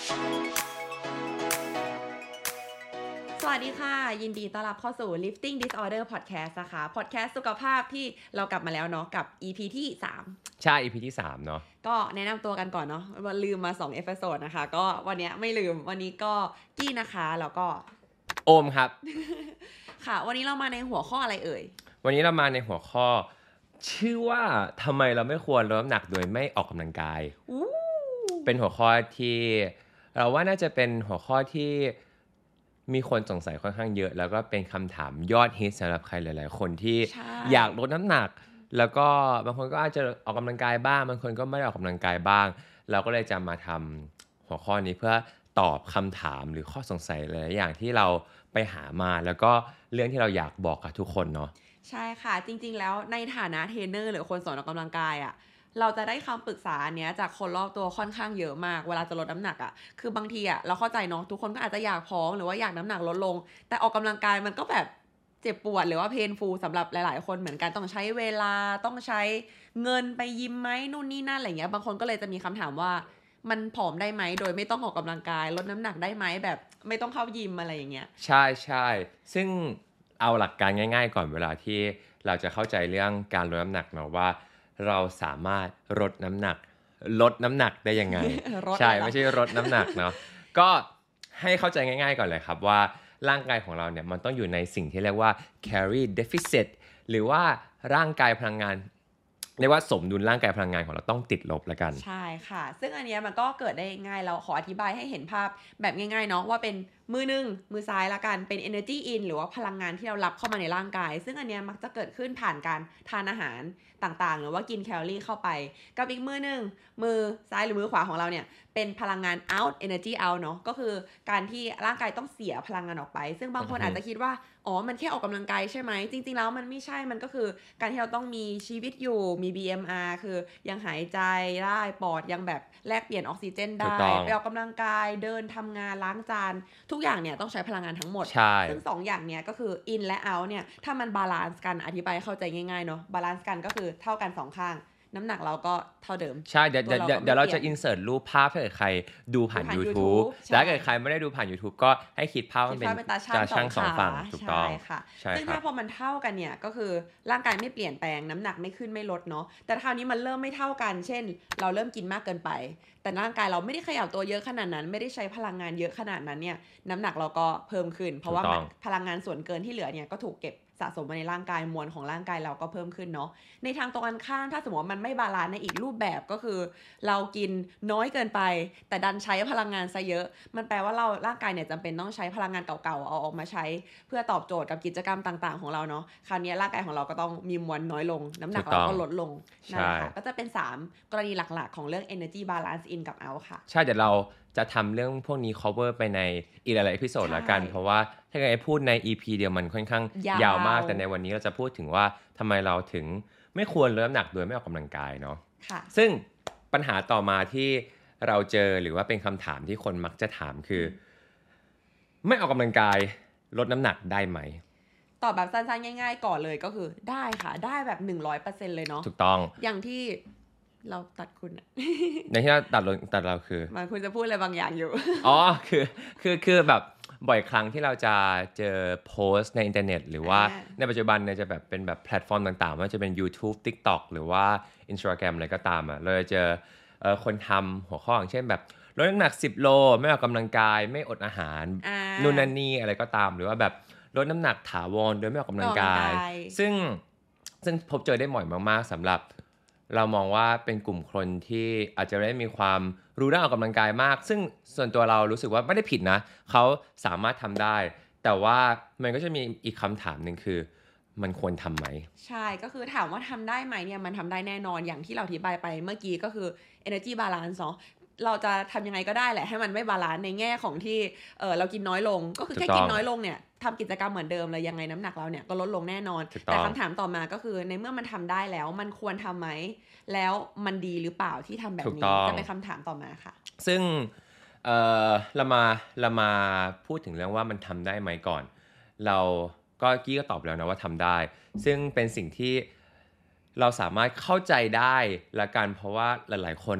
สวัสดีค่ะยินดีต้อนรับเข้าสู่ Lifting Disorder Podcast นะคะ Podcast สุขภาพที่เรากลับมาแล้วเนาะกับ EP ที่3 ใช่ EP ที่3เนาะก็แนะนำตัวกันก่อนเนาะลืมมา2เอพิโซดนะคะก็วันนี้ไม่ลืมวันนี้ก็กี้นะคะแล้วก็โอมครับค่ะวันนี้เรามาในหัวข้ออะไรเอ่ยวันนี้เรามาในหัวข้อชื่อว่าทำไมเราไม่ควรลดน้ำหนักโดยไม่ออกกำลังกายเป็นหัวข้อที่เราว่าน่าจะเป็นหัวข้อที่มีคนสงสัยค่อนข้างเยอะแล้วก็เป็นคำถามยอดฮิตสำหรับใครหลายๆคนที่อยากลดน้ำหนักแล้วก็บางคนก็อาจจะออกกำลังกายบ้างบางคนก็ไม่ได้ออกกำลังกายบ้างเราก็เลยจะมาทำหัวข้อนี้เพื่อตอบคำถามหรือข้อสงสัยหลายอย่างที่เราไปหามาแล้วก็เรื่องที่เราอยากบอกกับทุกคนเนาะใช่ค่ะจริงๆแล้วในฐานะเทรนเนอร์หรือคนสอนออกกำลังกายอ่ะเราจะได้คำปรึกษาอันเนี้ยจากคนรอบตัวค่อนข้างเยอะมากเวลาจะลดน้ำหนักอ่ะคือบางทีอ่ะเราเข้าใจเนาะทุกคนก็อาจจะอยากผอมหรือว่าอยากน้ำหนักลดลงแต่ออกกำลังกายมันก็แบบเจ็บปวดหรือว่าเพนฟูลสำหรับหลายๆคนเหมือนกันต้องใช้เวลาต้องใช้เงินไปยิมไหมนู่นนี่นั่นอะไรเงี้ยบางคนก็เลยจะมีคำถามว่ามันผอมได้ไหมโดยไม่ต้องออกกำลังกายลดน้ำหนักได้ไหมแบบไม่ต้องเข้ายิมอะไรอย่างเงี้ยใช่ใช่ซึ่งเอาหลักการง่ายๆก่อนเวลาที่เราจะเข้าใจเรื่องการลดน้ำหนักเนาะว่าเราสามารถลดน้ำหนักได้ยังไง ใช่ไม่ใช่ลดน้ำหนักเนาะก็ให้เข้าใจง่ายๆก่อนเลยครับว่าร่างกายของเราเนี่ยมันต้องอยู่ในสิ่งที่เรียกว่า calorie deficit หรือว่าร่างกายพลังงานเรียกว่าสมดุลร่างกายพลังงานของเราต้องติดลบแล้วกันใช่ค่ะซึ่งอันเนี้ยมันก็เกิดได้ง่ายเราขออธิบายให้เห็นภาพแบบง่ายๆเนาะว่าเป็นมือนึงมือซ้ายละกันเป็น energy in หรือว่าพลังงานที่เรารับเข้ามาในร่างกายซึ่งอันเนี้ยมักจะเกิดขึ้นผ่านการทานอาหารต่างๆหรือว่ากินแคลอรี่เข้าไปกับอีกมือนึงมือซ้ายหรือมือขวาของเราเนี่ยเป็นพลังงาน out energy out เนาะก็คือการที่ร่างกายต้องเสียพลังงานออกไปซึ่งบางคนอาจจะคิดว่าอ๋อมันแค่ออกกำลังกายใช่ไหมจริงๆแล้วมันไม่ใช่มันก็คือการที่เราต้องมีชีวิตอยู่มี BMR คือยังหายใจได้ปอดยังแบบแลกเปลี่ยนออกซิเจนได้ไปออกกำลังกายเดินทำงานล้างจานทุกอย่างเนี่ยต้องใช้พลังงานทั้งหมดซึ่ง2อย่างเนี้ยก็คือ in และ out เนี่ยถ้ามันบาลานซ์กันอธิบายเข้าใจง่ายๆเนาะบาลานซ์กันก็คือเท่ากัน2ข้างน้ำหนักเราก็เท่าเดิมใช่เดี๋ยวเราจะอินเสิร์ตรูปภาพถ้าเกิดใครดูผ่าน YouTube และถ้าเกิดใครไม่ได้ดูผ่าน YouTube ก็ให้คิดภาพมันเป็นตาช่างสองฝั่งถูกต้องค่ะซึ่งถ้าพอมันเท่ากันเนี่ยก็คือร่างกายไม่เปลี่ยนแปลงน้ำหนักไม่ขึ้นไม่ลดเนาะแต่คราวนี้มันเริ่มไม่เท่ากันเช่นเราเริ่มกินมากเกินไปแต่ร่างกายเราไม่ได้ขยับตัวเยอะขนาดนั้นไม่ได้ใช้พลังงานเยอะขนาดนั้นเนี่ยน้ำหนักเราก็เพิ่มขึ้นเพราะว่าพลังงานส่วนเกินที่เหลือเนี่ยก็ถูกเก็บสะสมมาในร่างกายมวลของร่างกายเราก็เพิ่มขึ้นเนาะในทางตรงกันข้ามถ้าสมมติว่ามันไม่บาลานซ์ในอีกรูปแบบก็คือเรากินน้อยเกินไปแต่ดันใช้พลังงานซะเยอะมันแปลว่าเราร่างกายเนี่ยจำเป็นต้องใช้พลังงานเก่าๆเอาออกมาใช้เพื่อตอบโจทย์กับกิจกรรมต่างๆของเราเนาะคราวนี้ร่างกายของเราก็ต้องมีมวลน้อยลงน้ำหนักเราก็ลดลงนั่นแหละค่ะก็จะเป็น3กรณีหลักๆของเรื่อง energy balance in กับ out ค่ะใช่เดี๋ยวเราจะทำเรื่องพวกนี้ cover ไปในอีกหลายๆเอพิโซดแล้วกันเพราะว่าถ้าเกิดพูดใน EP เดียวมันค่อนข้างยาวมากแต่ในวันนี้เราจะพูดถึงว่าทำไมเราถึงไม่ควรลดน้ำหนักโดยไม่ออกกำลังกายเนาะซึ่งปัญหาต่อมาที่เราเจอหรือว่าเป็นคำถามที่คนมักจะถามคือไม่ออกกำลังกายลดน้ำหนักได้ไหมตอบแบบสั้นๆง่ายๆก่อนเลยก็คือได้ค่ะได้แบบ 100% เลยเนาะถูกต้องอย่างที่เราตัดคุณในที่เราตัดเราคือมันคุณจะพูดอะไรบางอย่างอยู่อ๋อคือแบบบ่อยครั้งที่เราจะเจอโพสต์ในอินเทอร์เน็ตหรือว่าในปัจจุบันเนี่ยจะแบบเป็นแบบแพลตฟอร์มต่างๆว่าจะเป็น YouTube TikTok หรือว่า Instagram อะไรก็ตามเราจะเจอคนทำหัวข้ออย่างเช่นแบบลดน้ำหนัก10โลไม่ออกกำลังกายไม่อดอาหารนู่นนั่นนี่อะไรก็ตามหรือว่าแบบลดน้ำหนักถาวรโดยไม่ออกกำลังกายซึ่งพบเจอได้บ่อยมากๆสำหรับเรามองว่าเป็นกลุ่มคนที่อาจจะไม่ได้มีความรู้ด้านออกกำลังกายมากซึ่งส่วนตัวเรารู้สึกว่าไม่ได้ผิดนะเขาสามารถทำได้แต่ว่ามันก็จะมีอีกคำถามหนึ่งคือมันควรทำไหมใช่ก็คือถามว่าทำได้ไหมเนี่ยมันทำได้แน่นอนอย่างที่เราอธิบายไปเมื่อกี้ก็คือ energy balance เนาะเราจะทำยังไงก็ได้แหละให้มันไม่บาลานซ์ในแง่ของที่เรากินน้อยลงก็คือแค่กินน้อยลงเนี่ยทำกิจกรรมเหมือนเดิมเลยยังไงน้ำหนักเราเนี่ยก็ลดลงแน่นอนแต่คำถามต่อมาก็คือในเมื่อมันทำได้แล้วมันควรทำไหมแล้วมันดีหรือเปล่าที่ทำแบบนี้จะเป็นคำถามต่อมาค่ะซึ่งเรามาพูดถึงเรื่องว่ามันทำได้ไหมก่อนเรากี้ก็ตอบแล้วนะว่าทำได้ซึ่งเป็นสิ่งที่เราสามารถเข้าใจได้ละกันเพราะว่าหลายๆคนน่ะ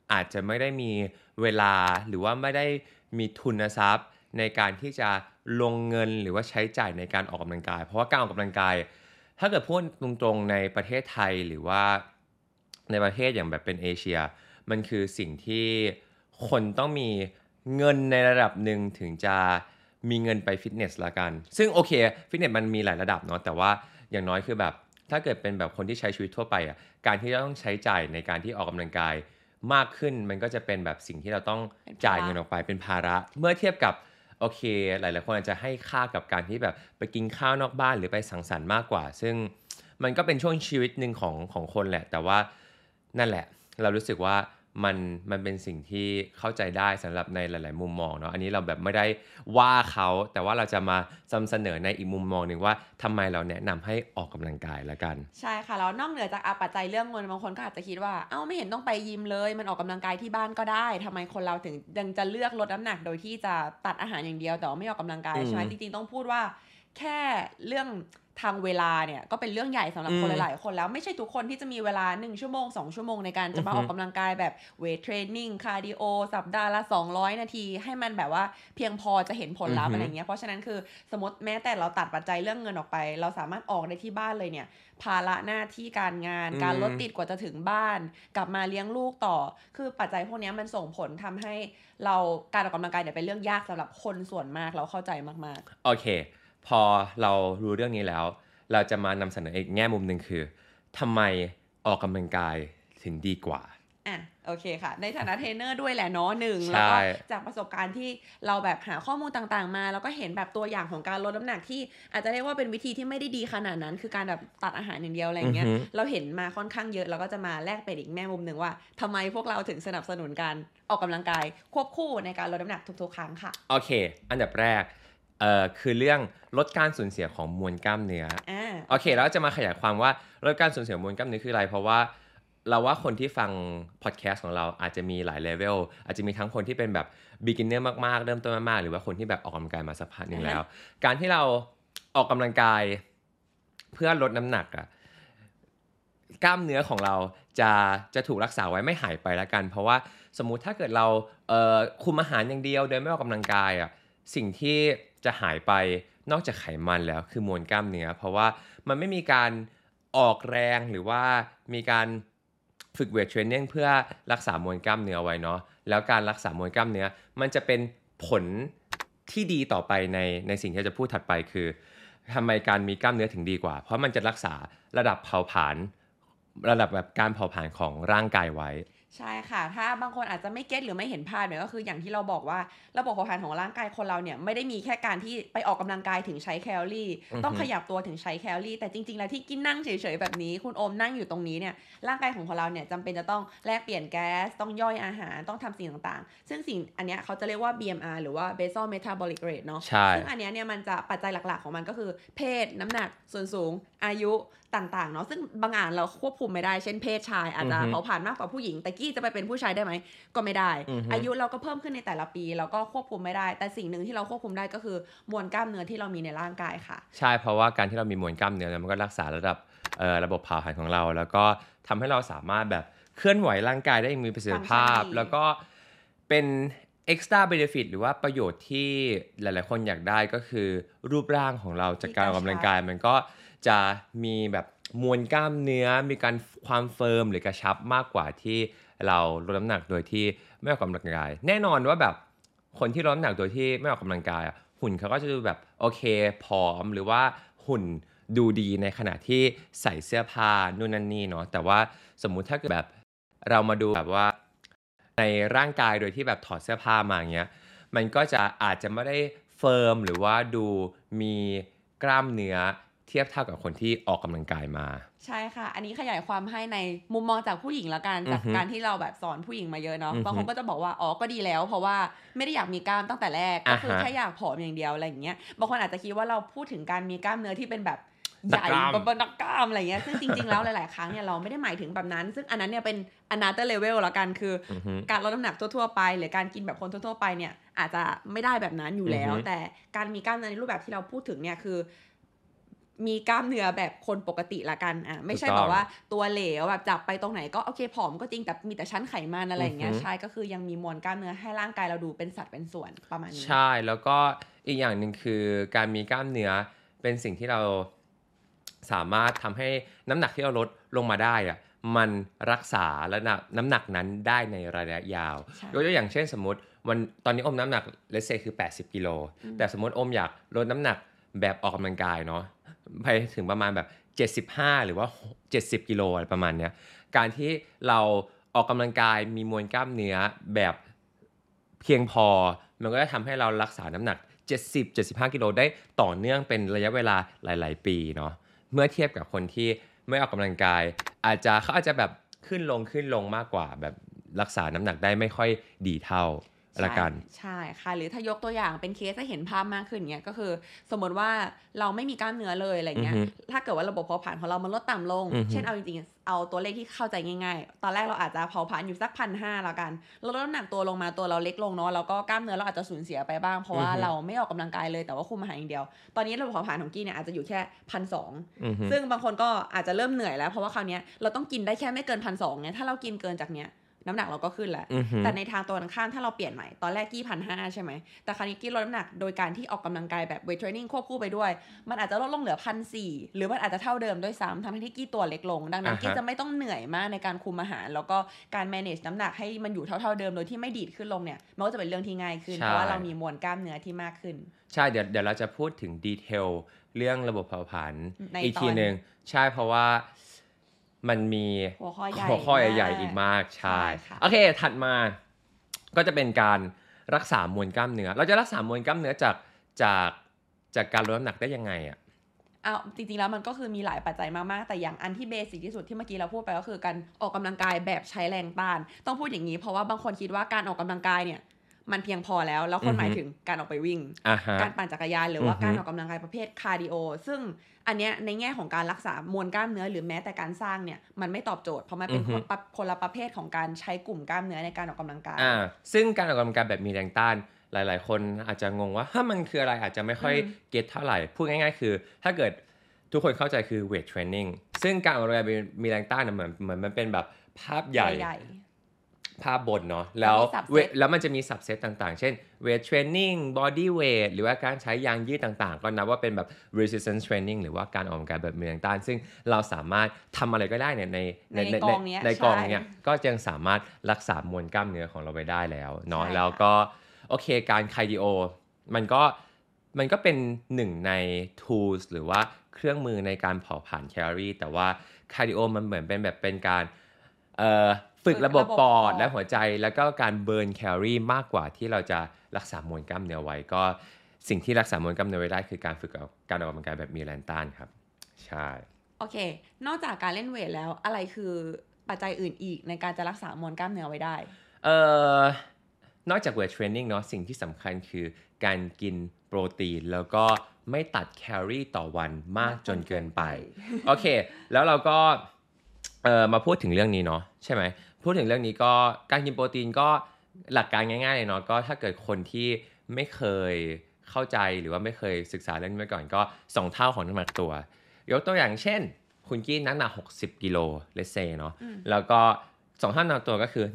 อาจจะไม่ได้มีเวลาหรือว่าไม่ได้มีทุนทรัพย์ในการที่จะลงเงินหรือว่าใช้จ่ายในการออกกำลังกายเพราะว่าการออกกำลังกายถ้าเกิดพูดตรงๆในประเทศไทยหรือว่าในประเทศอย่างแบบเป็นเอเชียมันคือสิ่งที่คนต้องมีเงินในระดับหนึ่งถึงจะมีเงินไปฟิตเนสละกันซึ่งโอเคฟิตเนสมันมีหลายระดับเนาะแต่ว่าอย่างน้อยคือแบบถ้าเกิดเป็นแบบคนที่ใช้ชีวิตทั่วไปอ่ะการที่เราต้องใช้จ่ายในการที่ออกกำลังกายมากขึ้นมันก็จะเป็นแบบสิ่งที่เราต้องจ่ายเงินออกไปเป็นภาระเมื่อเทียบกับโอเคหลายๆคนอาจจะให้ค่ากับการที่แบบไปกินข้าวนอกบ้านหรือไปสังสรรค์มากกว่าซึ่งมันก็เป็นช่วงชีวิตหนึ่งของคนแหละแต่ว่านั่นแหละเรารู้สึกว่ามันเป็นสิ่งที่เข้าใจได้สำหรับในหลายๆมุมมองเนาะอันนี้เราแบบไม่ได้ว่าเขาแต่ว่าเราจะมานำเสนอในอีกมุมมองหนึ่งว่าทำไมเราแนะนำให้ออกกำลังกายละกันใช่ค่ะแล้วนอกเหนือจากปัจจัยเรื่องเงินบางคนก็อาจจะคิดว่าเอ้าไม่เห็นต้องไปยิมเลยมันออกกำลังกายที่บ้านก็ได้ทำไมคนเราถึงยังจะเลือกลดน้ำหนักโดยที่จะตัดอาหารอย่างเดียวแต่ว่าไม่ออกกำลังกายใช่ไหมจริงๆต้องพูดว่าแค่เรื่องทางเวลาเนี่ยก็เป็นเรื่องใหญ่สำหรับคนหลายๆคนแล้วไม่ใช่ทุกคนที่จะมีเวลา1ชั่วโมง2ชั่วโมงในการจะมาออกกำลังกายแบบเวทเทรนนิ่งคาร์ดิโอสัปดาห์ละ200นาทีให้มันแบบว่าเพียงพอจะเห็นผลลัพธ์อะไรเงี้ยเพราะฉะนั้นคือสมมติแม้แต่เราตัดปัจจัยเรื่องเงินออกไปเราสามารถออกได้ที่บ้านเลยเนี่ยภาระหน้าที่การงานการรถติดกว่าจะถึงบ้านกลับมาเลี้ยงลูกต่อคือปัจจัยพวกนี้มันส่งผลทำให้เราการออกกำลังกายเนี่ยเป็นเรื่องยากสำหรับคนส่วนมากเราเข้าใจมากๆโอเคพอเรารู้เรื่องนี้แล้วเราจะมานำเสนออีกแง่มุมหนึ่งคือทำไมออกกำลังกายถึงดีกว่าโอเคค่ะในฐานะเทรนเนอร์ด้วยแหละเนาะหนึ่งแล้วใช่ก็จากประสบการณ์ที่เราแบบหาข้อมูลต่างๆมาแล้วก็เห็นแบบตัวอย่างของการลดน้ำหนักที่อาจจะเรียกว่าเป็นวิธีที่ไม่ได้ดีขนาดนั้นคือการแบบตัดอาหารอย่างเดียวอะไรอย่างเงี้ยเราเห็นมาค่อนข้างเยอะแล้วก็จะมาแลกเป็นอีกแง่มุมหนึ่งว่าทำไมพวกเราถึงสนับสนุนการออกกำลังกายควบคู่ในการลดน้ำหนักทุกๆครั้งค่ะโอเคอันดับแรกคือเรื่องลดการสูญเสียของมวลกล้ามเนื้อโอเคแล้วจะมาขยายความว่าลดการสูญเสียมวลกล้ามเนื้อคืออะไรเพราะว่าเราว่าคนที่ฟังพอดแคสต์ของเราอาจจะมีหลายเลเวลอาจจะมีทั้งคนที่เป็นแบบ beginner มากๆเริ่มต้นมากๆหรือว่าคนที่แบบออกกำลังกายมาสักพักนึงแล้วการที่เราออกกำลังกายเพื่อลดน้ำหนักอะกล้ามเนื้อของเราจะถูกรักษาไว้ไม่หายไปแล้วกันเพราะว่าสมมุติถ้าเกิดเราคุมอาหารอย่างเดียวโดยไม่ออกกำลังกายอะสิ่งที่จะหายไปนอกจากไขมันแล้วคือมวลกล้ามเนื้อเพราะว่ามันไม่มีการออกแรงหรือว่ามีการฝึกเวทเทรนนิ่งเพื่อรักษามวลกล้ามเนื้อไว้เนาะแล้วการรักษามวลกล้ามเนื้อมันจะเป็นผลที่ดีต่อไปในสิ่งที่จะพูดถัดไปคือทำไมการมีกล้ามเนื้อถึงดีกว่าเพราะมันจะรักษาระดับเผาผลาญระดับแบบการเผาผลาญของร่างกายไว้ใช่ค่ะถ้าบางคนอาจจะไม่เก็ตหรือไม่เห็นภาพเนี่ยก็คืออย่างที่เราบอกว่าระบบเผาผลาญของร่างกายคนเราเนี่ยไม่ได้มีแค่การที่ไปออกกำลังกายถึงใช้แคลอรี่ต้องขยับตัวถึงใช้แคลอรี่แต่จริงๆแล้วที่กินนั่งเฉยๆแบบนี้คุณโอมนั่งอยู่ตรงนี้เนี่ยร่างกายของเราเนี่ยจำเป็นจะต้องแลกเปลี่ยนแก๊สต้องย่อยอาหารต้องทำสิ่งต่างๆซึ่งสิ่งอันเนี้ยเขาจะเรียกว่า BMR หรือว่า Basal Metabolic Rate เนาะซึ่งอันเนี้ยเนี่ยมันจะปัจจัยหลักๆของมันก็คือเพศน้ำหนักส่วนสูงอายุต่างๆเนาะซึ่งบางอย่างเราควบคุมไม่ได้เช่นเพศชายอาจจะเผาผลาญมากกว่าผู้หญิงแต่กี้จะไปเป็นผู้ชายได้ไหมก็ไม่ได้อายุเราก็เพิ่มขึ้นในแต่ละปีเราก็ควบคุมไม่ได้แต่สิ่งหนึ่งที่เราควบคุมได้ก็คือมวลกล้ามเนื้อที่เรามีในร่างกายค่ะใช่เพราะว่าการที่เรามีมวลกล้ามเนื้อมันก็รักษาระบบเผาผลาญของเราแล้วก็ทำให้เราสามารถแบบเคลื่อนไหวร่างกายได้อย่างมีประสิทธิภาพแล้วก็เป็น extra benefit หรือว่าประโยชน์ที่หลายๆคนอยากได้ก็คือรูปร่างของเราจากการออกกำลังกายมันก็จะมีแบบมวลกล้ามเนื้อมีการความเฟิร์มหรือกระชับมากกว่าที่เราลดน้ำหนักโดยที่ไม่ออกกำลังกายแน่นอนว่าแบบคนที่ลดน้ำหนักโดยที่ไม่ออกกำลังกายหุ่นเขาก็จะดูแบบโอเคผอมหรือว่าหุ่นดูดีในขณะที่ใส่เสื้อผ้านู่นนั่นนี่เนาะแต่ว่าสมมุติถ้าเกิดแบบเรามาดูแบบว่าในร่างกายโดยที่แบบถอดเสื้อผ้ามาอย่างเงี้ยมันก็จะอาจจะไม่ได้เฟิร์มหรือว่าดูมีกล้ามเนื้อเทียบเท่ากับคนที่ออกกำลังกายมาใช่ค่ะอันนี้ขยายความให้ในมุมมองจากผู้หญิงละกันจากการที่เราแบบสอนผู้หญิงมาเยอะเนาะบางคนก็จะบอกว่าอ๋อก็ดีแล้วเพราะว่าไม่ได้อยากมีกล้ามตั้งแต่แรกก็คือแค่อยากผอมอย่างเดียวอะไรอย่างเงี้ยบางคนอาจจะคิดว่าเราพูดถึงการมีกล้ามเนื้อที่เป็นแบบใหญ่แบบนักกล้ามอะไรเงี้ยซึ่งจริงๆแล้วหลายๆครั้งเนี่ยเราไม่ได้หมายถึงแบบนั้นซึ่งอันนั้นเนี่ยเป็น another level ละกันคือการลดน้ำหนักทั่วๆไปหรือการกินแบบคนทั่วๆไปเนี่ยอาจจะไม่ได้แบบนั้นอยู่แล้วแต่การมีกล้ามเนื้อในรูปแบบที่เราพูดถึงเนี่ยคือมีกล้ามเนื้อแบบคนปกติละกันไม่ใช่แบบว่าตัวเหลวแบบจับไปตรงไหนก็โอเคผอมก็จริงแต่มีแต่ชั้นไขมันอะไรอย่างเงี้ยใช่ก็คือยังมีมวลกล้ามเนื้อให้ร่างกายเราดูเป็นสัดเป็นส่วนประมาณนี้ใช่แล้วก็อีกอย่างหนึ่งคือการมีกล้ามเนื้อเป็นสิ่งที่เราสามารถทำให้น้ำหนักที่เราลดลงมาได้อะมันรักษาระดับน้ำหนักนั้นได้ในระยะยาวยกตัวอย่างเช่นสมมติตอนนี้อมน้ำหนักเลเซคือ80กิโลแต่สมมติอมอยากลดน้ำหนักแบบออกกำลังกายเนาะไปถึงประมาณแบบ75หรือว่า70กิโลอะไรประมาณเนี้ยการที่เราออกกำลังกายมีมวลกล้ามเนื้อแบบเพียงพอมันก็จะทำให้เรารักษาน้ำหนัก70-75กิโลได้ต่อเนื่องเป็นระยะเวลาหลายๆปีเนาะเมื่อเทียบกับคนที่ไม่ออกกำลังกายเขาอาจจะแบบขึ้นลงมากกว่าแบบรักษาน้ำหนักได้ไม่ค่อยดีเท่าละกันใช่ค่ะหรือถ้ายกตัวอย่างเป็นเคสให้เห็นภาพมากขึ้นเงี้ยก็คือสมมติว่าเราไม่มีกล้ามเนื้อเลยอะไรเงี้ยถ้าเกิดว่าระบบเผาผลาญของเรามันลดต่ำลงเช่นเอาจริงๆเอาตัวเลขที่เข้าใจง่ายๆตอนแรกเราอาจจะเผาผลาญอยู่สัก 1,500 แล้วกันเราลดน้ำหนักตัวลงมาตัวเราเล็กลงเนาะแล้วก็กล้ามเนื้อเราอาจจะสูญเสียไปบ้างเพราะว่าเราไม่ออกกำลังกายเลยแต่ว่าคุมอาหารอย่างเดียวตอนนี้ระบบเผาผลาญของกี้เนี่ยอาจจะอยู่แค่ 1,200 ซึ่งบางคนก็อาจจะเริ่มเหนื่อยแล้วเพราะว่าคราวนี้เราต้องกินได้แค่ไม่เกิน 1,200 เนี่ยถ้าเรากินเกินจากเนี้ยน้ำหนักเราก็ขึ้นแหละแต่ในทางตรงกันข้ามถ้าเราเปลี่ยนใหม่ตอนแรกกี้ 1,500 ใช่ไหมแต่คราวนี้กี้ลดน้ำหนักโดยการที่ออกกำลังกายแบบเวทเทรนนิ่งควบคู่ไปด้วยมันอาจจะลดลงเหลือ 1,400 หรือมันอาจจะเท่าเดิมด้วยซ้ำทั้งที่กี้ตัวเล็กลงดังนั้นกี้จะไม่ต้องเหนื่อยมากในการคุมอาหารแล้วก็การ manage น้ำหนักให้มันอยู่เท่าเดิมโดยที่ไม่ดีดขึ้นลงเนี่ยมันก็จะเป็นเรื่องที่ง่ายขึ้นเพราะว่าเรามีมวลกล้ามเนื้อที่มากขึ้นใช่เดี๋ยวเราจะพูดถึงดีเทลเรื่องระบบเผาผลาญอีกทีนึงใช่เพราะว่ามันมีหัวข้อใหญ่อีกมากใช่โอเคถัดมาก็จะเป็นการรักษามวลกล้ามเนื้อเราจะรักษามวลกล้ามเนื้อจากการลดน้ำหนักได้ยังไงอ่ะจริงๆแล้วมันก็คือมีหลายปัจจัยมากๆแต่อย่างอันที่เบสิกที่สุดที่เมื่อกี้เราพูดไปก็คือการออกกำลังกายแบบใช้แรงต้านต้องพูดอย่างนี้เพราะว่าบางคนคิดว่าการออกกำลังกายเนี่ยมันเพียงพอแล้วคนหมายถึงการออกไปวิ่งการปั่นจักรยานหรือว่าการออกกำลังกายประเภทคาร์ดิโอซึ่งอันเนี้ยในแง่ของการรักษามวลกล้ามเนื้อหรือแม้แต่การสร้างเนี่ยมันไม่ตอบโจทย์เพราะมันเป็นคนละประเภทของการใช้กลุ่มกล้ามเนื้อในการออกกำลังกายซึ่งการออกกำลังกายแบบมีแรงต้านหลายๆคนอาจจะงงว่ามันคืออะไรอาจจะไม่ค่อยเก็ตเท่าไหร่พูดง่ายๆคือถ้าเกิดทุกคนเข้าใจคือเวทเทรนนิ่งซึ่งการออกกำลังกายมีแรงต้านเหมือนมันเป็นแบบภาพใหญ่ภาพบนเนาะแล้วมันจะมีสับเซตต่างๆเช่นเวทเทรนนิ่งบอดี้เวทหรือว่าการใช้ยางยืดต่างๆก็นับว่าเป็นแบบ resistance training หรือว่าการออกกำลังกายแบบมีแรงต้านซึ่งเราสามารถทำอะไรก็ได้ในกองเนี้ยก็ยังสามารถรักษามวลกล้ามเนื้อของเราไว้ได้แล้วเนาะแล้วก็โอเคการคาร์ดิโอมันก็เป็นหนึ่งใน tools หรือว่าเครื่องมือในการเผาผลาญแคลอรี่แต่ว่าคาร์ดิโอมันเหมือนเป็นการฝึกระบบปอดและหัวใจแล้วก็การเบิร์นแคลอรี่มากกว่าที่เราจะรักษามวลกล้ามเนื้อไว้ก็สิ่งที่รักษามวลกล้ามเนื้อไว้ได้คือการฝึกการออกกำลังกายแบบมีแรงต้านครับใช่โอเคนอกจากการเล่นเวทแล้วอะไรคือปัจจัยอื่นอีกในการจะรักษามวลกล้ามเนื้อไว้ได้นอกจากเวทเทรนนิ่งเนาะสิ่งที่สำคัญคือการกินโปรตีนแล้วก็ไม่ตัดแคลอรี่ต่อวันมากจนเกินไปโอเคแล้วเราก็มาพูดถึงเรื่องนี้เนาะใช่ไหมพูดถึงเรื่องนี้ก็การกินโปรตีนก็หลักการง่ายๆเลยเนาะก็ถ้าเกิดคนที่ไม่เคยเข้าใจหรือว่าไม่เคยศึกษาเรื่องนี้มาก่อนก็2เท่าของน้ำหนักตัวยกตัวอย่างเช่นคุณกี้น้ำหนัก60กิโลเลสเซเนาะแล้วก็2เท่าน้ำหนักตัวก็คือ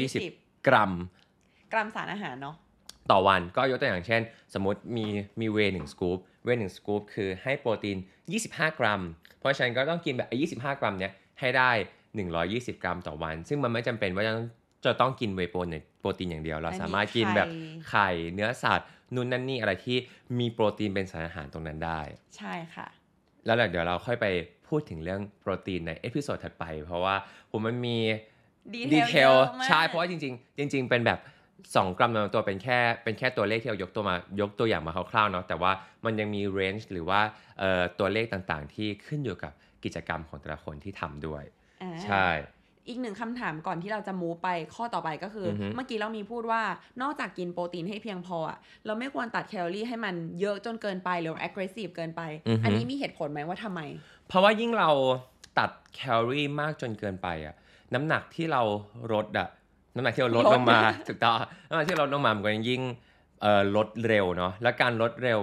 120กรัมสารอาหารเนาะต่อวันก็ยกตัวอย่างเช่นสมมติมีเวย์1สกู๊ปเวย์1สกู๊ปคือให้โปรตีน25กรัมเพราะฉะนั้นก็ต้องกินแบบ25กรัมเนี้ยให้ได้120กรัมต่อวันซึ่งมันไม่จำเป็นว่าจะต้องกินเวย์โปรตีนอย่างเดียวเราสามารถกินแบบไข่เนื้อสัตว์นู่นนั่นนี่อะไรที่มีโปรตีนเป็นสารอาหารตรงนั้นได้ใช่ค่ะแล้วเดี๋ยวเราค่อยไปพูดถึงเรื่องโปรตีนในเอพิโซดถัดไปเพราะว่าผมมันมีดีเทลใช่เพราะว่าจริงเป็นแบบ2กรัมต่อตัวเป็นแค่ตัวเลขที่เรายกตัวอย่างมาคร่าวๆเนาะแต่ว่ามันยังมีเรนจ์หรือว่าตัวเลขต่างๆที่ขึ้นอยู่กับกิจกรรมของแต่ละคนที่ทำด้วยใช่อีกหนึ่งคำถามก่อนที่เราจะมูฟไปข้อต่อไปก็คือเมื่อกี้เรามีพูดว่านอกจากกินโปรตีนให้เพียงพอเราไม่ควรตัดแคลอรี่ให้มันเยอะจนเกินไปหรือ aggressive เกินไปอันนี้มีเหตุผลไหมว่าทำไมเพราะว่ายิ่งเราตัดแคลอรี่มากจนเกินไปน้ำหนักที่เราลดน้ำหนักที่เราลดลงมาถูกต้องน้ำหนักที่เราลดลงมามันก็ยิ่งลดเร็วเนาะและการลดเร็ว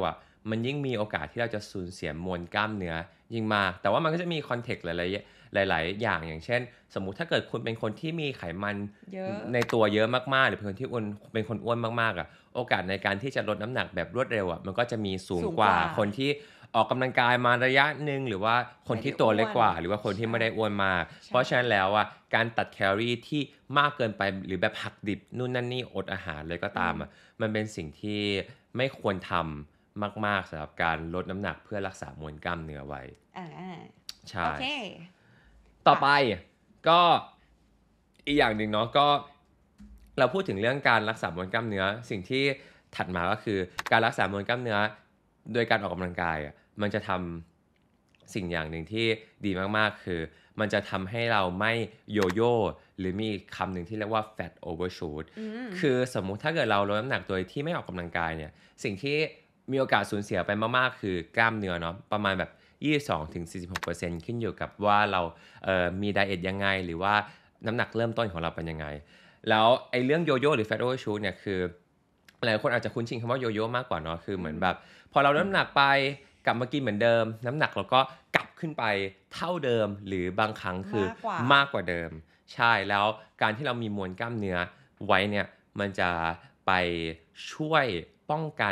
มันยิ่งมีโอกาสที่เราจะสูญเสียมวลกล้ามเนื้อยิ่งมากแต่ว่ามันก็จะมีคอนเทกต์หลายอย่างอย่างเช่นสมมุติถ้าเกิดคุณเป็นคนที่มีไขมันเยอะในตัวเยอะมากๆหรือเป็นคนที่เป็นคนอ้วนมากๆอ่ะโอกาสในการที่จะลดน้ำหนักแบบรวดเร็วอ่ะมันก็จะมีสูงกว่าคนที่ออกกำลังกายมาระยะหนึ่งหรือว่าคนที่ตัวเล็กกว่าหรือว่าคนที่ไม่ได้อ้วนมากเพราะฉะนั้นแล้วอ่ะการตัดแคลอรี่ที่มากเกินไปหรือแบบหักดิบนู่นนั่นนี่อดอาหารเลยก็ตามอ่ะมันเป็นสิ่งที่ไม่ควรทำมากๆสำหรับการลดน้ำหนักเพื่อรักษามวลกล้ามเนื้อไว้ใช่โอเคต่อไปก็อีกอย่างหนึ่งเนาะก็เราพูดถึงเรื่องการรักษามวลกล้ามเนื้อสิ่งที่ถัดมาก็คือการรักษามวลกล้ามเนื้อโดยการออกกำลังกายอ่ะมันจะทำสิ่งอย่างหนึ่งที่ดีมากๆคือมันจะทำให้เราไม่โยโย่หรือมีคำหนึ่งที่เรียกว่า fat overshoot คือสมมุติถ้าเกิดเราลดน้ำหนักโดยที่ไม่ออกกำลังกายเนี่ยสิ่งที่มีโอกาสสูญเสียไปมากๆคือกล้ามเนื้อเนาะประมาณแบบ22-46% ขึ้นอยู่กับว่าเรามีไดเอทยังไงหรือว่าน้ำหนักเริ่มต้นของเราเป็นยังไงแล้วไอ้เรื่องโยโย่หรือ fat overshoot เนี่ยคือหลายคนอาจจะคุ้นชินคำว่าโยโย่มากกว่าเนาะคือเหมือนแบบพอเราลดน้ำหนักไปกลับมากินเหมือนเดิมน้ำหนักเราก็กลับขึ้นไปเท่าเดิมหรือบางครั้งคือมากกว่าเดิมใช่แล้วการที่เรามีมวลกล้ามเนื้อไว้เนี่ยมันจะไปช่วยป้องกัน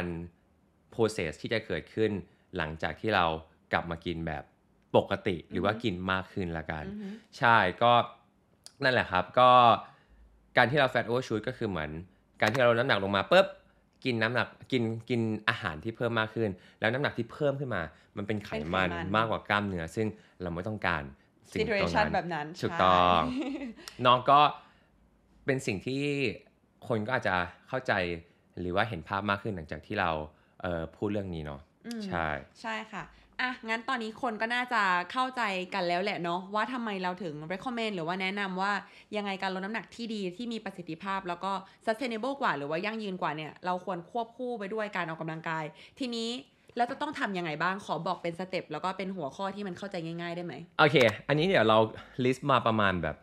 process ที่จะเกิดขึ้นหลังจากที่เรากลับมากินแบบปกติหรือว่ากินมากขึ้นละกันใช่ก็นั่นแหละครับก็การที่เรา fat overshoot ก็คือเหมือนการที่เราลดน้ำหนักลงมาปุ๊บกินน้ำหนักกินอาหารที่เพิ่มมากขึ้นแล้วน้ำหนักที่เพิ่มขึ้นมามันเป็นไขมันมากกว่ากล้ามเนื้อซึ่งเราไม่ต้องการสิ่งตรงนั้นแบบนั้นถูกต้องน้องก็เป็นสิ่งที่คนก็อาจจะเข้าใจหรือว่าเห็นภาพมากขึ้นหลังจากที่เราพูดเรื่องนี้เนาะใช่ใช่ค่ะงั้นตอนนี้คนก็น่าจะเข้าใจกันแล้วแหละเนาะว่าทำไมเราถึง recommend หรือว่าแนะนำว่ายังไงการลดน้ำหนักที่ดีที่มีประสิทธิภาพแล้วก็ sustainable กว่าหรือว่ายั่งยืนกว่าเนี่ยเราควรควบคู่ไปด้วยการออกกำลังกายทีนี้แล้วจะต้องทำยังไงบ้างขอบอกเป็นสเต็ปแล้วก็เป็นหัวข้อที่มันเข้าใจง่ายๆได้ไหมโอเคอันนี้เดี๋ยวเรา list มาประมาณแบบ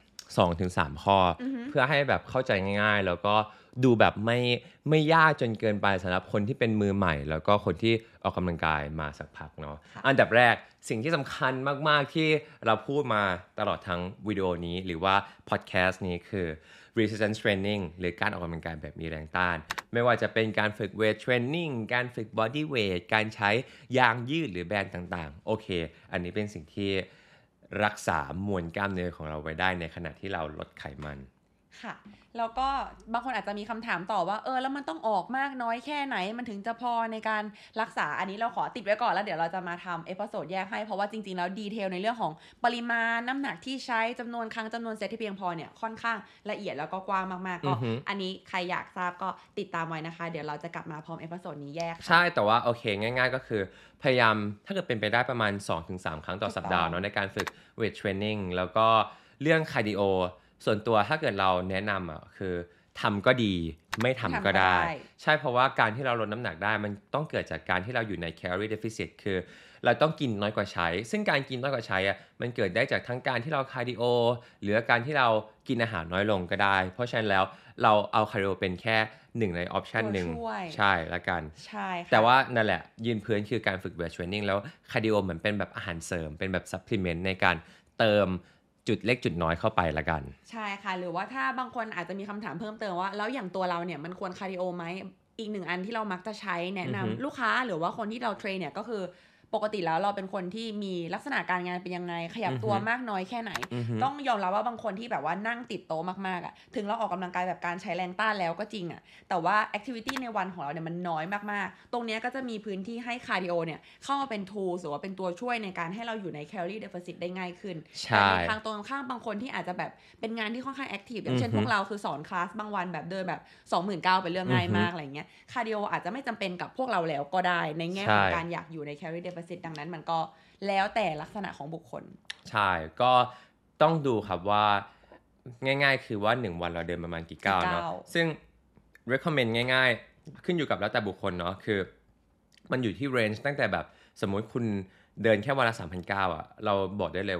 2-3 ข้อเพื่อให้แบบเข้าใจง่ายๆแล้วก็ดูแบบไม่ยากจนเกินไปสำหรับคนที่เป็นมือใหม่แล้วก็คนที่ออกกำลังกายมาสักพักเนาะอันดับแรกสิ่งที่สำคัญมากๆที่เราพูดมาตลอดทั้งวิดีโอนี้หรือว่าพอดแคสต์นี้คือ resistance training หรือการออกกำลังกายแบบมีแรงต้านไม่ว่าจะเป็นการฝึก weight training การฝึก body weight การใช้ยางยืดหรือแบนด์ต่างๆโอเคอันนี้เป็นสิ่งที่รักษามวลกล้ามเนื้อของเราไว้ได้ในขณะที่เราลดไขมันค่ะแล้วก็บางคนอาจจะมีคำถามต่อว่าแล้วมันต้องออกมากน้อยแค่ไหนมันถึงจะพอในการรักษาอันนี้เราขอติดไว้ก่อนแล้วเดี๋ยวเราจะมาทำเอพิโซดแยกให้เพราะว่าจริงๆแล้วดีเทลในเรื่องของปริมาณน้ำหนักที่ใช้จำนวนครั้งจำนวนเซตที่เพียงพอเนี่ยค่อนข้างละเอียดแล้วก็กว้างมากๆก็อันนี้ใครอยากทราบก็ติดตามไว้นะคะเดี๋ยวเราจะกลับมาพร้อมเอพิโซดนี้แยกใช่แต่ว่าโอเคง่ายๆก็คือพยายามถ้าเกิดเป็นไปได้ประมาณ 2-3 ครั้งต่อสัปดาห์เนาะในการฝึก weight training แล้วก็เรื่องคาร์ดิโอส่วนตัวถ้าเกิดเราแนะนำอ่ะคือทำก็ดีไม่ทำก็ได้ใช่เพราะว่าการที่เราลดน้ำหนักได้มันต้องเกิดจากการที่เราอยู่ใน calorie deficit คือเราต้องกินน้อยกว่าใช้ซึ่งการกินน้อยกว่าใช้อ่ะมันเกิดได้จากทั้งการที่เราคาร์ดิโอหรือการที่เรากินอาหารน้อยลงก็ได้เพราะฉะนั้นแล้วเราเอาคาร์ดิโอเป็นแค่หนึ่งในออปชันหนึ่งใช่ละกันใช่แต่ว่านั่นแหละยืนพื้นคือการฝึก weight training แล้วคาร์ดิโอเหมือนเป็นแบบอาหารเสริมเป็นแบบ supplement ในการเติมจุดเล็กจุดน้อยเข้าไปละกันใช่ค่ะหรือว่าถ้าบางคนอาจจะมีคำถามเพิ่มเติมว่าแล้วอย่างตัวเราเนี่ยมันควรคาร์ดิโอไหมอีกหนึ่งอันที่เรามักจะใช้แนะนำลูกค้าหรือว่าคนที่เราเทรนเนี่ยก็คือปกติแล้วเราเป็นคนที่มีลักษณะการงานเป็นยังไงขยับตัวมากน้อยแค่ไหนต้องยอมรับว่าบางคนที่แบบว่านั่งติดโต๊ะมากๆอ่ะถึงเราออกกำลังกายแบบการใช้แรงต้านแล้วก็จริงอ่ะแต่ว่าแอคทิวิตี้ในวันของเราเนี่ยมันน้อยมากๆตรงนี้ก็จะมีพื้นที่ให้คาร์ดิโอเนี่ยเข้ามาเป็น tool หรือว่าเป็นตัวช่วยในการให้เราอยู่ในแคลอรี่เดฟิซิตได้ง่ายขึ้นแต่ในทางตรงข้ามบางคนที่อาจจะแบบเป็นงานที่ค่อนข้างแอคทีฟอย่างเช่นพวกเราคือสอนคลาสบางวันแบบเดินแบบ 29,000 เป็นเรื่องง่ายมากอะไรเงี้ยคาร์ดิโออาจจะไม่จำเป็นกับพวกเราแล้วก็ได้ในแง่ของการอยากอยู่ในแคลอรี่เดฟิซิตดังนั้นมันก็แล้วแต่ลักษณะของบุคคลใช่ก็ต้องดูครับว่าง่ายๆคือว่า1วันเราเดินประมาณกี่ก้าวเนาะซึ่ง recommend ง่ายๆขึ้นอยู่กับแล้วแต่บุคคลเนาะคือมันอยู่ที่ range ตั้งแต่แบบสมมุติคุณเดินแค่วันละ 3,900 อ่ะเราบอกได้เลยว่า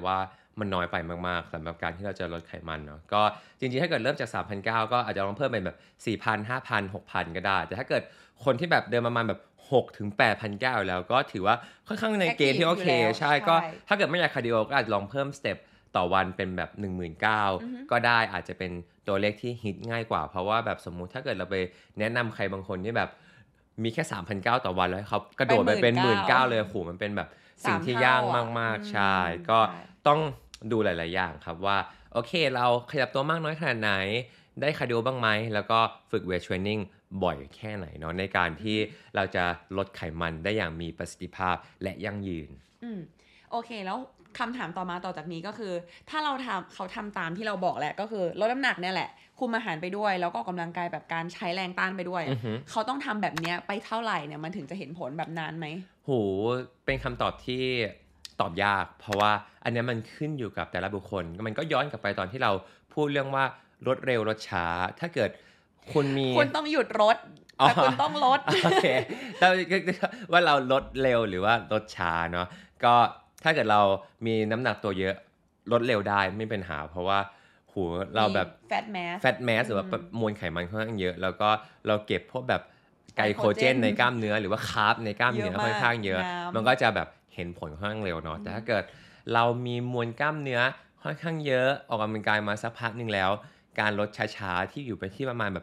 มันน้อยไปมากๆสำหรับการที่เราจะลดไขมันเนาะก็จริงๆถ้าเกิดเริ่มจาก 3,900 ก็อาจจะลองเพิ่มเป็นแบบ 4,000 5,000 6,000 ก็ได้แต่ถ้าเกิดคนที่แบบเดินประมาณแบบ6ถึง 8,900 แล้วก็ถือว่าค่อนข้างในเกณฑ์ที่โอเคใช่ก็ถ้าเกิดไม่อยากคาร์ดิโอก็อาจจะลองเพิ่มสเต็ปต่อวันเป็นแบบ 19,000 ก็ได้อาจจะเป็นตัวเลขที่ฮิตง่ายกว่าเพราะว่าแบบสมมุติถ้าเกิดเราไปแนะนำใครบางคนที่แบบมีแค่ 3,900 ต่อวันแล้วเขากระโดดไปเป็น 19,000 เลยโหมันเป็นแบบสิ่งที่ยากมากๆใช่ก็ต้องดูหลายๆอย่างครับว่าโอเคเราขยับตัวมากน้อยขนาดไหนได้คาร์ดิโอบ้างไหมแล้วก็ฝึกเวทเทรนนิ่งบ่อยแค่ไหนเนาะในการที่เราจะลดไขมันได้อย่างมีประสิทธิภาพและยั่งยืนโอเคแล้วคำถามต่อจากนี้ก็คือถ้าเขาทำตามที่เราบอกแหละก็คือลดน้ำหนักเนี่ยแหละคุมอาหารไปด้วยแล้วก็ออกกำลังกายแบบการใช้แรงต้านไปด้วยเขาต้องทำแบบเนี้ยไปเท่าไหร่เนี่ยมันถึงจะเห็นผลแบบนานไหมโหเป็นคำตอบที่ตอบยากเพราะว่าอันนี้มันขึ้นอยู่กับแต่ละบุคคลมันก็ย้อนกลับไปตอนที่เราพูดเรื่องว่าลดเร็วลดช้าถ้าเกิดคุณต้องหยุดรถแต่คุณต้องลดโอเคว่าเราลดเร็วหรือว่าลดช้าเนาะก็ถ้าเกิดเรามีน้ำหนักตัวเยอะลดเร็วได้ไม่เป็นปัญหาเพราะว่าเราแบบแฟตแมสหรือว่ามวลไขมันค่อนข้างเยอะแล้วก็เราเก็บพวกแบบไกลโคเจนในกล้ามเนื้อหรือว่าคาร์บในกล้ามเนื้อค่อนข้างเยอะมันก็จะแบบเห็นผลค่อนข้างเร็วเนาะแต่ถ้าเกิดเรามีมวลกล้ามเนื้อค่อนข้างเยอะออกกำลังกายมาสักพักนึงแล้วการลดช้าๆที่อยู่ไปที่ประมาณแบบ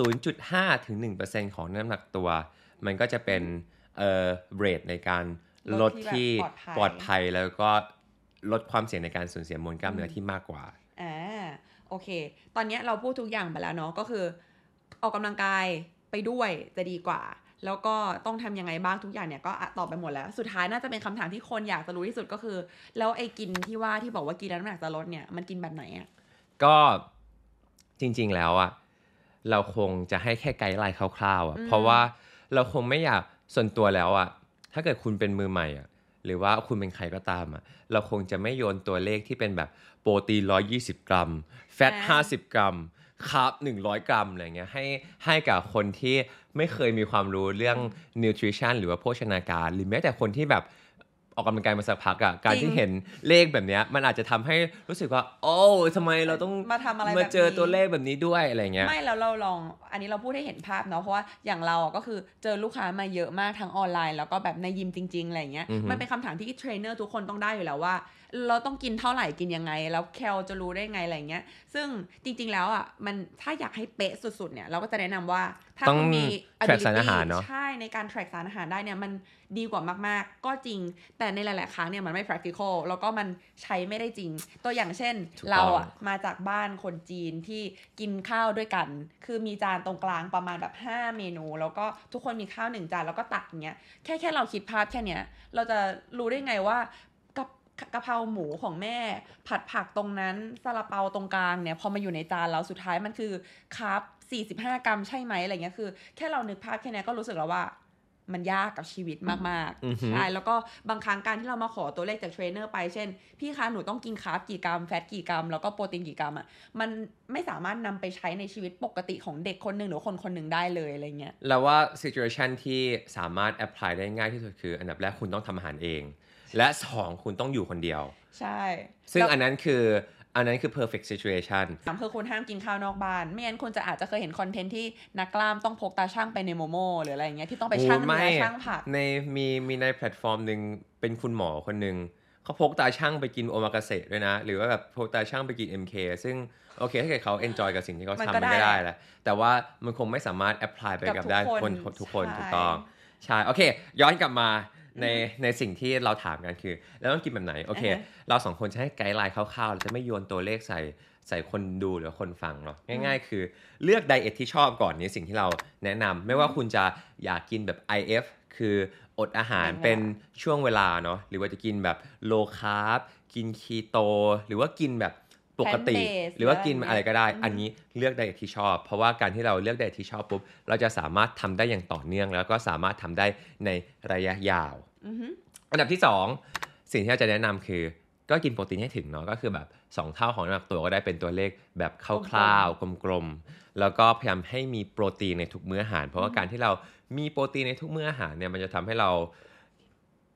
0.5 ถึง 1% ของน้ำหนักตัวมันก็จะเป็นเรทในการลดที่ปลอดภัยแล้วก็ลดความเสี่ยงในการสูญเสียมวลกล้ามเนื้อที่มากกว่าโอเคตอนนี้เราพูดทุกอย่างไปแล้วเนาะก็คือออกกำลังกายไปด้วยจะดีกว่าแล้วก็ต้องทำยังไงบ้างทุกอย่างเนี่ยก็ตอบไปหมดแล้วสุดท้ายน่าจะเป็นคำถามที่คนอยากจะรู้ที่สุดก็คือแล้วไอ้กินที่บอกว่ากินแล้วน้ำหนักจะลดเนี่ยมันกินแบบไหนอ่ะก็จริงๆแล้วอะเราคงจะให้แค่ไกด์ไลน์คร่าวๆอะเพราะว่าเราคงไม่อยากส่วนตัวแล้วอะถ้าเกิดคุณเป็นมือใหม่อะหรือว่าคุณเป็นใครก็ตามอะเราคงจะไม่โยนตัวเลขที่เป็นแบบโปรตีน120 กรัมแฟต50 กรัมคาร์บ100 กรัมอะไรเงี้ยให้กับคนที่ไม่เคยมีความรู้เรื่อง nutrition หรือว่าโภชนาการหรือแม้แต่คนที่แบบออกกำลังกายมาสักพักอะการที่เห็นเลขแบบนี้มันอาจจะทำให้รู้สึกว่าโอ้ทำไมเราต้องมาทำอะไรมาเจอตัวเลขแบบนี้ด้วยอะไรเงี้ยไม่แล้วเราลองอันนี้เราพูดให้เห็นภาพเนาะเพราะว่าอย่างเราก็คือเจอลูกค้ามาเยอะมากทั้งออนไลน์แล้วก็แบบในยิมจริงๆอะไรเงี้ยมันเป็นคำถามที่เทรนเนอร์ทุกคนต้องได้อยู่แล้วว่าเราต้องกินเท่าไหร่กินยังไงแล้วแคลจะรู้ได้ไงอะไรเงี้ยซึ่งจริงๆแล้วอ่ะมันถ้าอยากให้เป๊ะสุดๆเนี่ยเราก็จะแนะนำว่าถ้าคุณมี ability สารอาหารเนาะใช่ในการ track สารอาหารได้เนี่ยมันดีกว่ามากๆก็จริงแต่ในหลายๆครั้งเนี่ยมันไม่ practical แล้วก็มันใช้ไม่ได้จริงตัวอย่างเช่นเราอ่ะมาจากบ้านคนจีนที่กินข้าวด้วยกันคือมีจานตรงกลางประมาณแบบ5เมนูแล้วก็ทุกคนมีข้าว1จานแล้วก็ตักอย่างเงี้ยแค่เราคิดภาพแค่เนี้ยเราจะรู้ได้ไงว่ากะเพราหมูของแม่ผัดผักตรงนั้นซาลาเปาตรงกลางเนี่ยพอมาอยู่ในจานแล้วสุดท้ายมันคือคาร์บ45 กรัมใช่ไหมอะไรเงี้ยคือแค่เรานึกภาพแค่นี้ก็รู้สึกแล้วว่ามันยากกับชีวิตมากๆใช่แล้วก็บางครั้งการที่เรามาขอตัวเลขจากเทรนเนอร์ไปเช่นพี่คะหนูต้องกินคาร์บกี่กรัมแฟตกี่กรัมแล้วก็โปรตีนกี่กรัมอ่ะมันไม่สามารถนำไปใช้ในชีวิตปกติของเด็กคนนึงหรือคนนึงได้เลยอะไรเงี้ยแล้วว่า situation ที่สามารถ apply ได้ง่ายที่สุดคืออันดับแรกคุณต้องทำอาหารเองและ2คุณต้องอยู่คนเดียวใช่ซึ่งอันนั้นคือ perfect situation คือคุณห้ามกินข้าวนอกบ้านไม่งั้นคุณจะอาจจะเคยเห็นคอนเทนต์ที่นักกล้ามต้องพกตาช่างไปในโมโมหรืออะไรอย่างเงี้ยที่ต้องไปชั่งเนื้อชั่งผักมีในแพลตฟอร์มนึงเป็นคุณหมอคนนึงเขาพกตาช่างไปกินโอมากาเสะด้วยนะหรือว่าแบบพกตาช่างไปกิน MK ซึ่งโอเคถ้าเกิดเขา enjoy กับสิ่งที่เขาทำมันก็ได้แหละแต่ว่ามันคงไม่สามารถ apply ไปกับได้คนทุกคนถูกต้องใช่โอเคย้อนกลับมาในสิ่งที่เราถามกันคือแล้วต้องกินแบบไหนโอเคเราสองคนจะให้ไกด์ไลน์คร่าวๆเราจะไม่โยนตัวเลขใส่คนดูหรือคนฟังหรอกง่ายๆคือเลือกไดเอทที่ชอบก่อนนี่สิ่งที่เราแนะนำไม่ว่าคุณจะอยากกินแบบ IF คืออดอาหารเป็นช่วงเวลาเนาะหรือว่าจะกินแบบ low carb กินคีโตหรือว่ากินแบบปกติหรือว่ากินอะไรก็ได้อันนี้เลือกไดเอทที่ชอบเพราะว่าการที่เราเลือกไดเอทที่ชอบปุ๊บเราจะสามารถทำได้อย่างต่อเนื่องแล้วก็สามารถทำได้ในระยะยาวอันดับที่2สิ่งที่เราจะแนะนำคือก็กินโปรตีนให้ถึงเนาะก็คือแบบ2เท่าของน้ำหนักตัวก็ได้เป็นตัวเลขแบบคร่าวๆกลมๆแล้วก็พยายามให้มีโปรตีนในทุกมื้ออาหารเพราะว่าการที่เรามีโปรตีนในทุกมื้ออาหารเนี่ยมันจะทำให้เรา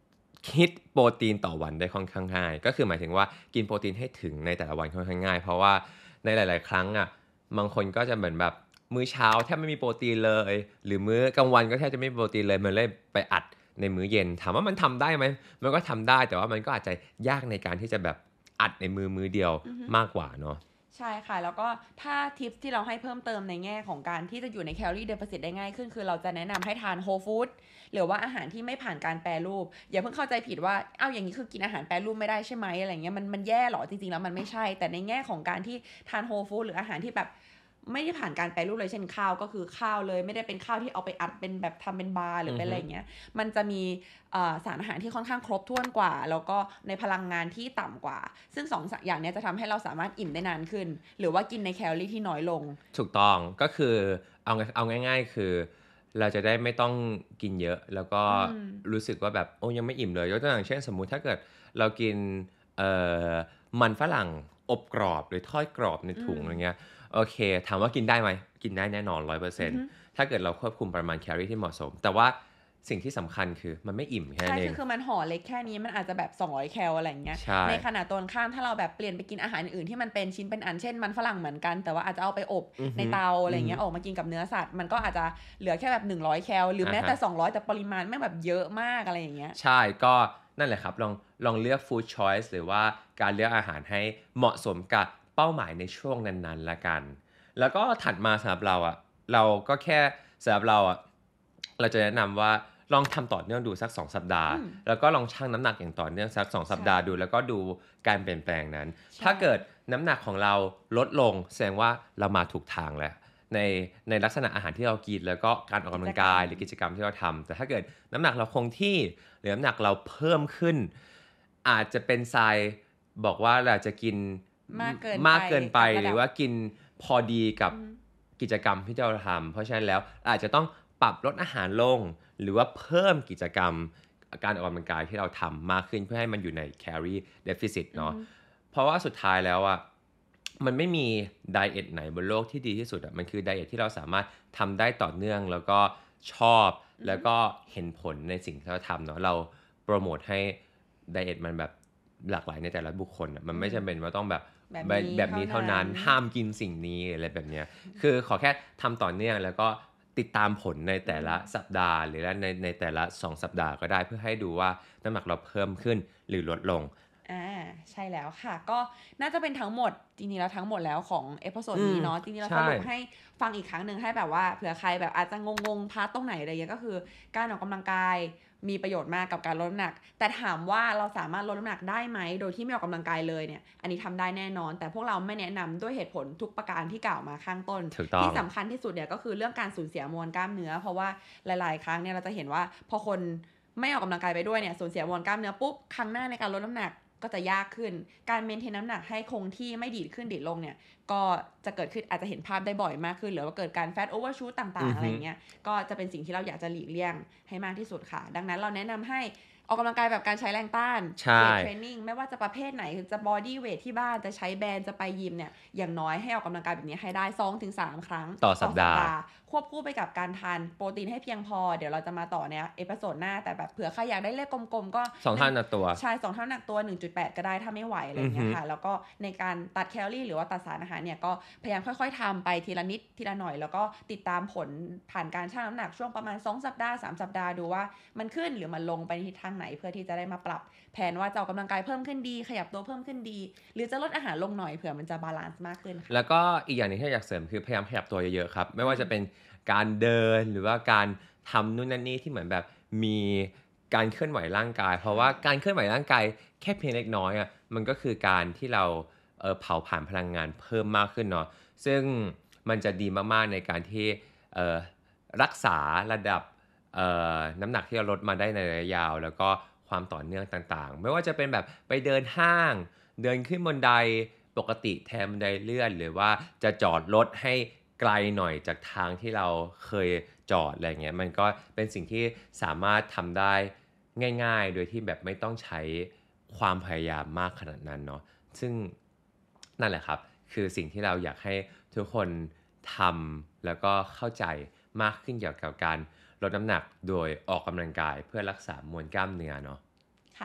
คิดโปรตีนต่อวันได้ค่อนข้างง่ายก็คือหมายถึงว่ากินโปรตีนให้ถึงในแต่ละวันค่อนข้างง่ายเพราะว่าในหลายๆครั้งอ่ะบางคนก็จะเหมือนแบบมื้อเช้าแทบไม่มีโปรตีนเลยหรือมื้อกลางวันก็แทบจะไม่มีโปรตีนเลยมันเลยไปอัดในมื้อเย็นถามว่ามันทำได้ไหมมันก็ทำได้แต่ว่ามันก็อาจจะยากในการที่จะแบบอัดในมื้อเดียวมากกว่าเนาะใช่ค่ะแล้วก็ถ้าทิปที่เราให้เพิ่มเติมในแง่ของการที่จะอยู่ในแคลอรี่เดฟิซิตได้ง่ายขึ้นคือเราจะแนะนำให้ทานโฮลฟู้ดหรือว่าอาหารที่ไม่ผ่านการแปรรูปอย่าเพิ่งเข้าใจผิดว่าอย่างนี้คือกินอาหารแปรรูปไม่ได้ใช่ไหมอะไรเงี้ยมันแย่หรอจริงๆแล้วมันไม่ใช่แต่ในแง่ของการที่ทานโฮลฟู้ดหรืออาหารที่แบบไม่ได้ผ่านการแปรรูปเลยเช่นข้าวก็คือข้าวเลยไม่ได้เป็นข้าวที่เอาไปอัดเป็นแบบทำเป็นบาร์หรือเป็นอะไรเงี้ยมันจะมีสารอาหารที่ค่อนข้างครบถ้วนกว่าแล้วก็ในพลังงานที่ต่ำกว่าซึ่งสองอย่างนี้จะทำให้เราสามารถอิ่มได้นานขึ้นหรือว่ากินในแคลอรี่ที่น้อยลงถูกต้องก็คือเอาง่ายๆคือเราจะได้ไม่ต้องกินเยอะแล้วก็รู้สึกว่าแบบโอ้ยังไม่อิ่มเลยยกตัวอย่างเช่นสมมุติถ้าเกิดเรากินเอ่อมันฝรั่งอบกรอบหรือทอดกรอบในถุงอะไรเงี้ยโอเคถามว่ากินได้ไหมกินได้แน่นอน 100% ถ้าเกิดเราควบคุมปริมาณแคลอรี่ที่เหมาะสมแต่ว่าสิ่งที่สำคัญคือมันไม่อิ่มแค่นั้นใช่เองคือมันห่อเล็กแค่นี้มันอาจจะแบบ200แคลอะไรเงี้ยในขณะตรงข้ามถ้าเราแบบเปลี่ยนไปกินอาหารอื่นที่มันเป็นชิ้นเป็นอันเช่นมันฝรั่งเหมือนกันแต่ว่าอาจจะเอาไปอบในเตาอะไรเงี้ยออกมากินกับเนื้อสัตว์มันก็อาจจะเหลือแค่แบบ100แคลหรือแม้แต่200แต่ปริมาณไม่แบบเยอะมากอะไรอย่างเงี้ยใช่ก็นั่นแหละครับลองเลือก food choice หรือว่าการเลือกอาหารให้เหมาะสมกับเป้าหมายในช่วงนั้นๆละกันแล้วก็ถัดมาสำหรับเราอ่ะเราก็แค่สำหรับเราอ่ะเราจะแนะนำว่าลองทำต่อเนื่องดูสัก2สัปดาห์แล้วก็ลองชั่งน้ำหนักอย่างต่อเนื่องสัก2สัปดาห์ดูแล้วก็ดูการเปลี่ยนแปลงนั้นถ้าเกิดน้ำหนักของเราลดลงแสดงว่าเรามาถูกทางแล้วในลักษณะอาหารที่เรากินแล้วก็การออกกำลังกายหรือกิจกรรมที่เราทำแต่ถ้าเกิดน้ำหนักเราคงที่หรือน้ำหนักเราเพิ่มขึ้นอาจจะเป็นทรายบอกว่าเราจะกินมากเกินไปหรือว่ากินพอดีกับกิจกรรมที่เราทำเพราะฉะนั้นแล้วอาจจะต้องปรับลดอาหารลงหรือว่าเพิ่มกิจกรรมการออกกำลังกายที่เราทำมากขึ้นเพื่อให้มันอยู่ใน calorie deficit เนาะเพราะว่าสุดท้ายแล้วอ่ะมันไม่มีไดเอทไหนบนโลกที่ดีที่สุดอ่ะมันคือไดเอทที่เราสามารถทำได้ต่อเนื่องแล้วก็ชอบแล้วก็เห็นผลในสิ่งที่เราทำเนาะเราโปรโมทให้ไดเอทมันแบบหลากหลายในแต่ละบุคคลมันไม่จำเป็นว่าต้องแบบนี้เท่านั้นห้ามกินสิ่งนี้อะไรแบบเนี้ยคือขอแค่ทำต่อเนื่องแล้วก็ติดตามผลในแต่ละสัปดาห์หรือในแต่ละ2สัปดาห์ก็ได้เพื่อให้ดูว่าน้ำหนักเราเพิ่มขึ้นหรือลดลงใช่แล้วค่ะก็น่าจะเป็นทั้งหมดจริงๆแล้วทั้งหมดแล้วของเอพิโซดนี้เนาะจริงๆเราสรุปให้ฟังอีกครั้งหนึ่งให้แบบว่าเผื่อใครแบบอาจจะงงพาร์ทตรงไหนอะไรเงี้ยก็คือการออกกำลังกายมีประโยชน์มากกับการลดน้ำหนักแต่ถามว่าเราสามารถลดน้ำหนักได้ไหมโดยที่ไม่ออกกำลังกายเลยเนี่ยอันนี้ทำได้แน่นอนแต่พวกเราไม่แนะนำด้วยเหตุผลทุกประการที่กล่าวมาข้างต้นที่สำคัญที่สุดเนี่ยก็คือเรื่องการสูญเสียมวลกล้ามเนื้อเพราะว่าหลายๆครั้งเนี่ยเราจะเห็นว่าพอคนไม่ออกกำลังกายไปด้วยเนี่ยสูญเสียมวลกล้ามเนื้อปุ๊บครั้งหน้าในการลดน้ำหนักก็จะยากขึ้นการเมนเทนน้ำหนักให้คงที่ไม่ดีดขึ้นดีดลงเนี่ยก็จะเกิดขึ้นอาจจะเห็นภาพได้บ่อยมากขึ้นหรือว่าเกิดการแฟตโอเวอร์ชูตต่างๆอะไรเงี้ยก็จะเป็นสิ่งที่เราอยากจะหลีกเลี่ยงให้มากที่สุดค่ะดังนั้นเราแนะนำให้ออกกำลังกายแบบการใช้แรงต้านเวทเทรนนิ่งไม่ว่าจะประเภทไหนจะบอดี้เวทที่บ้านจะใช้แบนจะไปยิมเนี่ยอย่างน้อยให้ออกกำลังกายแบบนี้ให้ได้ 2-3 ครั้งต่อสัปดาห์ควบคู่ไปกับการทานโปรตีนให้เพียงพอเดี๋ยวเราจะมาต่อในเอพิโซดหน้าแต่แบบเผื่อใครอยากได้เลขกลมๆก็ 2เท่าหนักตัวใช่2เท่าหนักตัว 1.8 ก็ได้ถ้าไม่ไหวอะไรอย่างเงี้ยค่ะแล้วก็ในการตัดแคลอรี่หรือว่าตัดสารอาหารเนี่ยก็พยายามค่อยๆทำไปทีละนิดทีละหน่อยแล้วก็ติดตามผลผ่านการชั่งน้ำหนักช่วงประมาณ2สัปดาห์3สัปดาห์ดูว่ามันขึ้นหรือมันลงไปในทิศทางไหนเพื่อที่จะได้มาปรับแผนว่าจะออกกำลังกายเพิ่มขึ้นดีขยับตัวเพิ่มขึ้นดีหรือจะลดอาหารลงหน่อยเผื่อมันจะบาลานซ์มากขึ้นแล้วก็อีกอย่างนึงที่อยากเสริมคือพยายามขยับตัวเยอะๆครับไม่ว่าจะเป็นการเดินหรือว่าการทำนู่นนั่นนี่ที่เหมือนแบบมีการเคลื่อนไหวร่างกายเพราะว่าการเคลื่อนไหวร่างกายแค่เพียงเล็กน้อยอ่ะมันก็คือการที่เราเผาผลาญพลังงานเพิ่มมากขึ้นเนาะซึ่งมันจะดีมากๆในการที่รักษาระดับน้ำหนักที่เราลดมาได้ในระยะยาวแล้วก็ความต่อเนื่องต่างๆไม่ว่าจะเป็นแบบไปเดินห้างเดินขึ้นบันไดปกติแทนบันไดเลื่อนหรือว่าจะจอดรถให้ไกลหน่อยจากทางที่เราเคยจอดอะไรเงี้ยมันก็เป็นสิ่งที่สามารถทำได้ง่ายๆโดยที่แบบไม่ต้องใช้ความพยายามมากขนาดนั้นเนาะซึ่งนั่นแหละครับคือสิ่งที่เราอยากให้ทุกคนทำแล้วก็เข้าใจมากขึ้นเกี่ยวกับการลดน้ำหนักโดยออกกำลังกายเพื่อรักษามวลกล้ามเนื้อเนาะค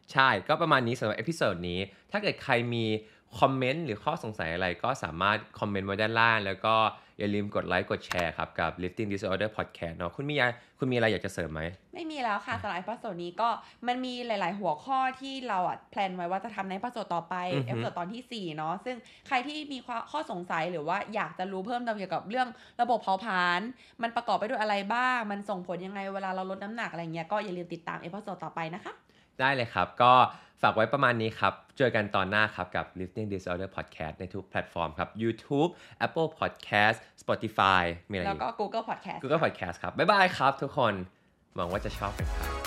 ใช่ก็ประมาณนี้สำหรับเอพิโซดนี้ถ้าเกิดใครมีคอมเมนต์หรือข้อสงสัยอะไรก็สามารถคอมเมนต์ไว้ด้านล่างแล้วก็อย่าลืมกดไลค์กดแชร์ครับกับ Lifting Disorder Podcast เนาะคุณมีอะไรอยากจะเสริมไหมไม่มีแล้วค่ะสำหรับเอพิโซดนี้ก็มันมีหลายๆหัวข้อที่เราแพลนไว้ว่าจะทำในเอพิโซดต่อไปเอพิโซดตอนที่4เนาะซึ่งใครที่มีข้อสงสัยหรือว่าอยากจะรู้เพิ่มเติมเกี่ยวกับเรื่องระบบเผาผลาญมันประกอบไปด้วยอะไรบ้างมันส่งผลยังไงเวลาเราลดน้ำหนักอะไรเงี้ยก็อย่าลืมติดตามเอพิโซดต่อไปนะคะได้เลยครับก็ฝากไว้ประมาณนี้ครับเจอกันตอนหน้าครับกับ Lifting Disorder Podcast ในทุกแพลตฟอร์มครับ YouTube Apple Podcast Spotify มีอะไรแล้วก็ Google Podcast Google Podcast ครับบ๊ายบายครับทุกคนหวังว่าจะชอบกันครับ